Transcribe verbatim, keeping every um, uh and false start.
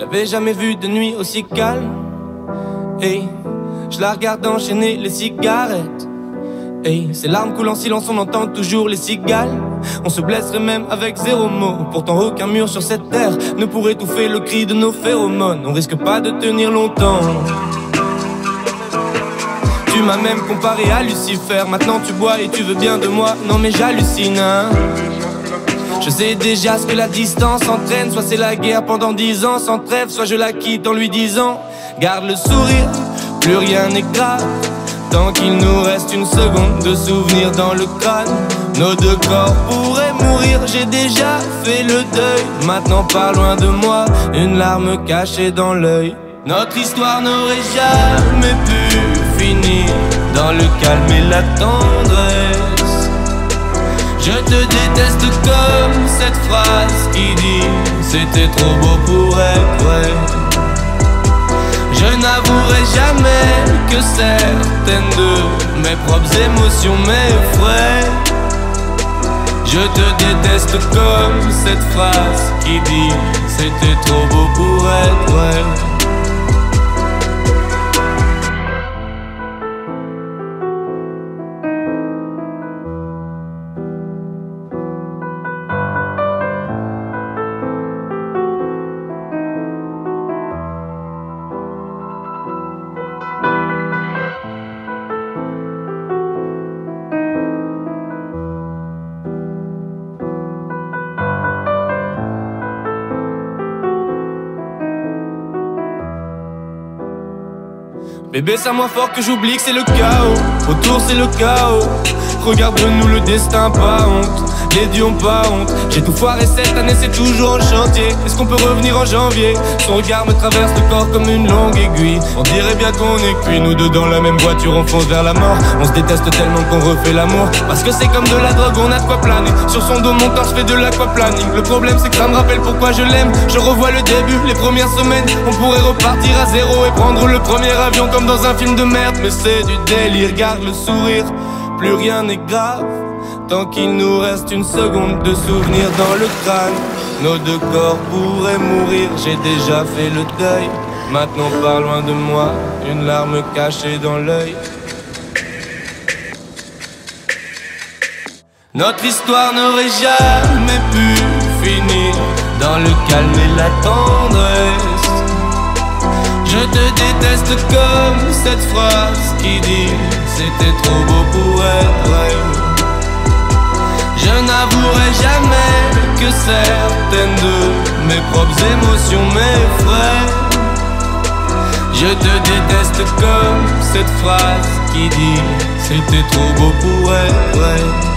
J'avais jamais vu de nuit aussi calme. Hey, je la regarde enchaîner les cigarettes. Hey, ces larmes coulent en silence, on entend toujours les cigales. On se blesserait même avec zéro mot. Pourtant aucun mur sur cette terre ne pourrait étouffer le cri de nos phéromones. On risque pas de tenir longtemps. Tu m'as même comparé à Lucifer. Maintenant tu bois et tu veux bien de moi. Non mais j'hallucine, hein. Je sais déjà ce que la distance entraîne. Soit c'est la guerre pendant dix ans sans trêve, soit je la quitte en lui disant garde le sourire, plus rien n'est grave. Tant qu'il nous reste une seconde de souvenir dans le crâne, nos deux corps pourraient mourir. J'ai déjà fait le deuil, maintenant pas loin de moi, une larme cachée dans l'œil. Notre histoire n'aurait jamais pu finir dans le calme et la tendresse. Je te déteste comme cette phrase qui dit c'était trop beau pour être vrai. Je n'avouerai jamais que certaines de mes propres émotions m'effraient. Je te déteste comme cette phrase qui dit c'était trop beau pour être vrai. Bébé, c'est à moi fort que j'oublie que c'est le chaos. Autour c'est le chaos. Regarde-nous, le destin, pas honte. Les dieux ont pas honte. J'ai tout foiré cette année, c'est toujours en chantier. Est-ce qu'on peut revenir en janvier? Son regard me traverse le corps comme une longue aiguille. On dirait bien qu'on est cuit, nous deux dans la même voiture, on fonce vers la mort. On se déteste tellement qu'on refait l'amour. Parce que c'est comme de la drogue, on a de quoi planer. Sur son dos, mon corps, je fais de l'aquaplaning. Le problème c'est que ça me rappelle pourquoi je l'aime. Je revois le début, les premières semaines. On pourrait repartir à zéro et prendre le premier avion comme dans un film de merde. Mais c'est du délire, garde le sourire, plus rien n'est grave. Tant qu'il nous reste une seconde de souvenir dans le crâne, nos deux corps pourraient mourir. J'ai déjà fait le deuil, maintenant pas loin de moi, une larme cachée dans l'œil. Notre histoire n'aurait jamais pu finir dans le calme et la tendresse. Je te déteste comme cette phrase qui dit c'était trop beau pour être vrai. Je n'avouerai jamais que certaines de mes propres émotions m'effraient. Je te déteste comme cette phrase qui dit c'était trop beau pour être vrai.